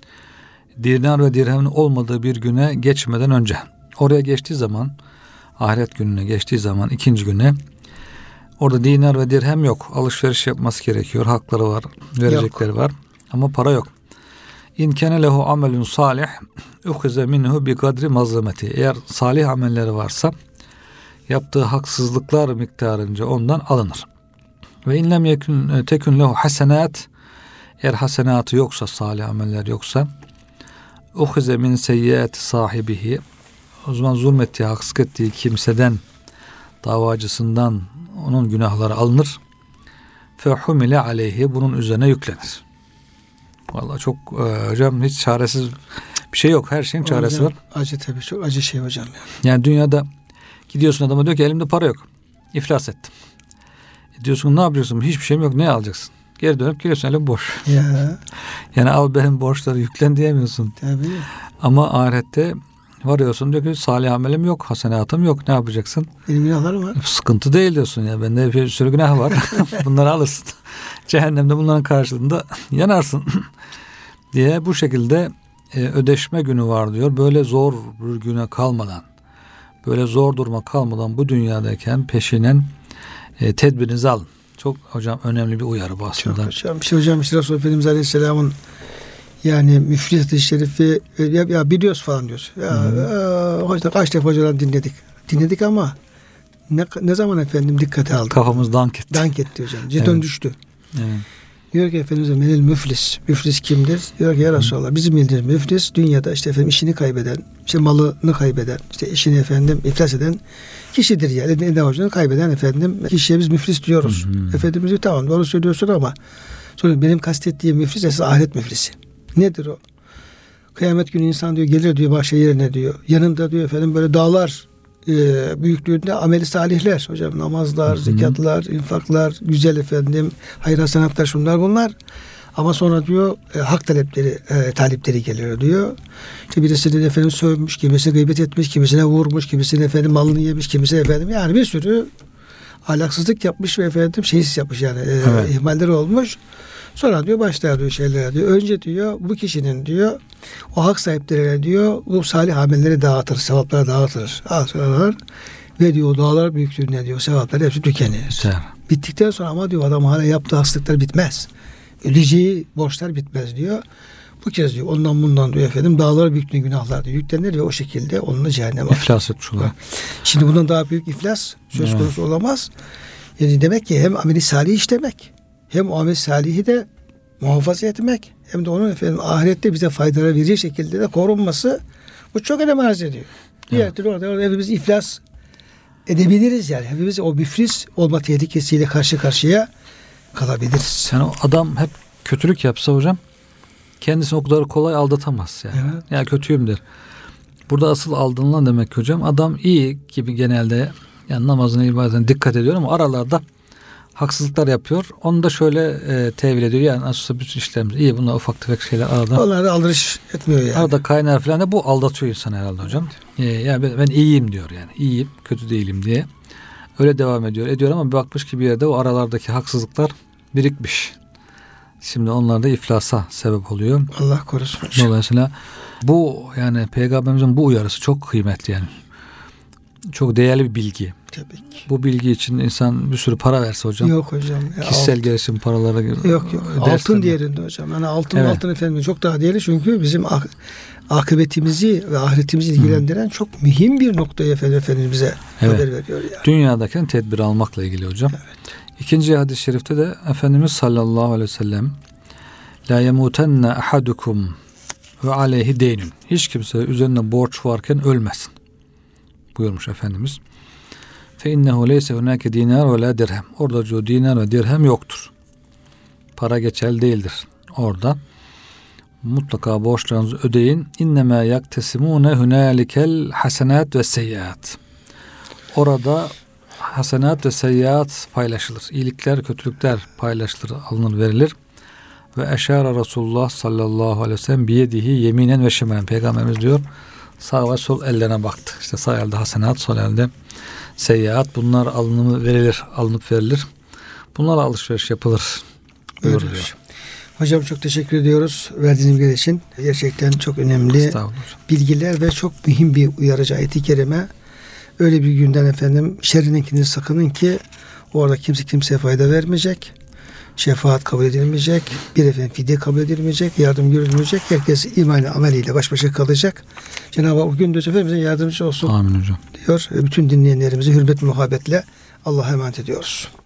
Dinar ve dirhemin olmadığı bir güne geçmeden önce. Oraya geçtiği zaman, ahiret gününe geçtiği zaman ikinci güne, orada dinar ve dirhem yok. Alışveriş yapması gerekiyor. Hakları var, verecekleri yok. Var. Ama para yok. İn kene lehu amelun salih uhize minhu bi kadri mazlameti. Eğer salih amelleri varsa yaptığı haksızlıklar miktarınca ondan alınır. Ve in lem yekun tekun lehu hasenat. Eğer hasenatı yoksa, salih ameller yoksa, uhize min seyyiati sahibihi. O zaman zulmettiği, haksızlık ettiği kimseden, davacısından onun günahları alınır. Fehumile aleyhi, bunun üzerine yüklenir. Vallahi çok e, hocam hiç çaresiz bir şey yok. Her şeyin çaresi hocam, var. Acı tabii, çok acı şey hocam. Yani, yani dünyada gidiyorsun, adama diyor ki elimde para yok. İflas ettim. E diyorsun ne yapacaksın? Hiçbir şeyim yok. Ne alacaksın? Geri dönüp geliyorsun, elim boş. Ya. Yani al benim borçları yüklen diyemiyorsun. Tabii. Ama ahirette varıyorsun, diyor ki salih amelim yok, hasenatım yok. Ne yapacaksın? Benim günahlarım var. Sıkıntı değil diyorsun ya. Bende bir sürü günah var. Bunları alırsın. Cehennemde bunların karşılığında yanarsın. diye bu şekilde e, ödeşme günü var diyor. Böyle zor bir güne kalmadan, böyle zor duruma kalmadan bu dünyadayken peşinen e, tedbirinizi alın. Çok hocam önemli bir uyarı bu aslında. Çok hocam. İşte hocam işte Resulullah Efendimiz Aleyhisselam'ın yani müflis hadis-i şerifi ya, ya biliyoruz falan diyoruz. Ya e, hoca, kaç defa hocadan dinledik. Dinledik ama ne, ne zaman efendim dikkate aldık. Kafamız dank etti. Dank etti hocam. Cidden evet. düştü. Evet. Diyor ki Efendimiz'e menel müflis. Müflis kimdir? Diyor ki ya Resulallah, bizim bildiğimiz müflis dünyada işte efendim işini kaybeden, işte malını kaybeden, işte işini efendim iflas eden kişidir yani. Elinde avucunu kaybeden efendim kişiye biz müflis diyoruz. Hı hı. Efendimiz diyor tamam doğru söylüyorsun ama sonra benim kastettiğim müflis esas ahiret müflisi. Nedir o? Kıyamet günü insan diyor gelir diyor bahşe yerine diyor. Yanında diyor efendim böyle dağlar e, büyüklüğünde ameli salihler. Hocam namazlar, Hı-hı. zekatlar, infaklar, güzel efendim hayır hasenatlar, şunlar bunlar. Ama sonra diyor e, hak talepleri e, talipleri geliyor diyor. İşte birisini efendim sövmüş, kimisine gıybet etmiş, kimisine vurmuş, kimisine efendim malını yemiş, kimisine efendim yani bir sürü ahlaksızlık yapmış ve efendim şeysiz yapmış yani e, evet. ihmalleri olmuş. Sonra diyor başlar diyor şeylere diyor. Önce diyor bu kişinin diyor o hak sahiplerine diyor bu salih amelleri dağıtır, sevapları dağıtır. Dağıtır. Ve diyor o dağlar büyüklüğünde diyor sevapları hepsi tükenir. Evet. Bittikten sonra ama diyor adam hala yaptığı haksızlıklar bitmez. Ödeyeceği borçlar bitmez diyor. Bu kez diyor ondan bundan diyor efendim dağlar büyüklüğünde günahlar diyor yüklenir ve o şekilde onunla cehenneme iflas etmiş olur. Şimdi bundan daha büyük iflas söz konusu evet. olamaz. Yani demek ki hem ameli salih işlemek, hem o amel salihi de muhafaza etmek, hem de onun efendim ahirette bize faydalar verecek şekilde de korunması, bu çok önem arz ediyor. Diğer evet. türlü orada, orada hepimiz iflas edebiliriz yani. Hepimiz o müflis olma tehlikesiyle karşı karşıya kalabiliriz. Sen o adam hep kötülük yapsa hocam kendisini o kadar kolay aldatamaz yani. Evet. Ya kötüyüm der. Burada asıl aldanılan demek hocam adam iyi gibi genelde yani namazına ibadetine dikkat ediyor ama aralarda haksızlıklar yapıyor. Onu da şöyle e, tevil ediyor. Yani aslında bütün işlerimiz iyi. Bunlar ufak tefek şeyler arada. Onlar da aldırış etmiyor yani. Arada kaynar falan da bu aldatıyor insan herhalde hocam. E, yani ben, ben iyiyim diyor yani. İyiyim, kötü değilim diye. Öyle devam ediyor. Ediyor ama bir bakmış ki bir yerde o aralardaki haksızlıklar birikmiş. Şimdi onlar da iflasa sebep oluyor. Allah korusun. Dolayısıyla bu yani Peygamberimizin bu uyarısı çok kıymetli yani. Çok değerli bir bilgi. Tabii ki. Bu bilgi için insan bir sürü para verse hocam. Yok hocam. Ya kişisel alt, gelişim paraları. Yok yok. Altın değerinde hocam. Yani altın evet. altın efendim çok daha değerli çünkü bizim ak- akıbetimizi ve ahiretimizi ilgilendiren Hı. çok mühim bir noktayı efendim, efendim bize evet. haber veriyor yani. Dünyadaki tedbir almakla ilgili hocam. Evet. İkinci hadis-i şerifte de Efendimiz sallallahu aleyhi ve sellem la yemutenne ahadukum ve aleyhi deynun. Hiç kimse üzerinde borç varken ölmesin buyurmuş Efendimiz. Fe innehu leyse hunake dinar ve la dirhem. Orada diyor dinar ve dirhem yoktur. Para geçerli değildir. Orada mutlaka borçlarınızı ödeyin. İnnemâ yaktesimûne hunâlikel hasenât ve seyyiat. Orada hasenat ve seyyiat paylaşılır. İyilikler, kötülükler paylaşılır, alınır, verilir. Ve eşâre Resulullah sallallahu aleyhi ve sellem biyedihi yeminen ve şimalen. Peygamberimiz diyor sağ ve sol ellerine baktı. İşte sağ elde hasenat, sol elde seyyiat. Bunlar alınıp verilir, alınıp verilir. Bunlara alışveriş yapılır buyuruluyor. Buyuruluyor. Hocam çok teşekkür ediyoruz verdiğiniz bilgiler için. Gerçekten çok önemli bilgiler ve çok mühim bir uyarıcı ayet-i kerime. Öyle bir günden efendim şerrinden sakının ki orada kimse kimseye fayda vermeyecek. Şefaat kabul edilmeyecek. Bir efendim fidye kabul edilmeyecek. Yardım görülmeyecek. Herkes imanı ameliyle baş başa kalacak. Cenab-ı Hak o gün de Efendimiz'e yardımcı olsun. Amin hocam. Diyor. Bütün dinleyenlerimizi hürmet ve muhabbetle Allah'a emanet ediyoruz.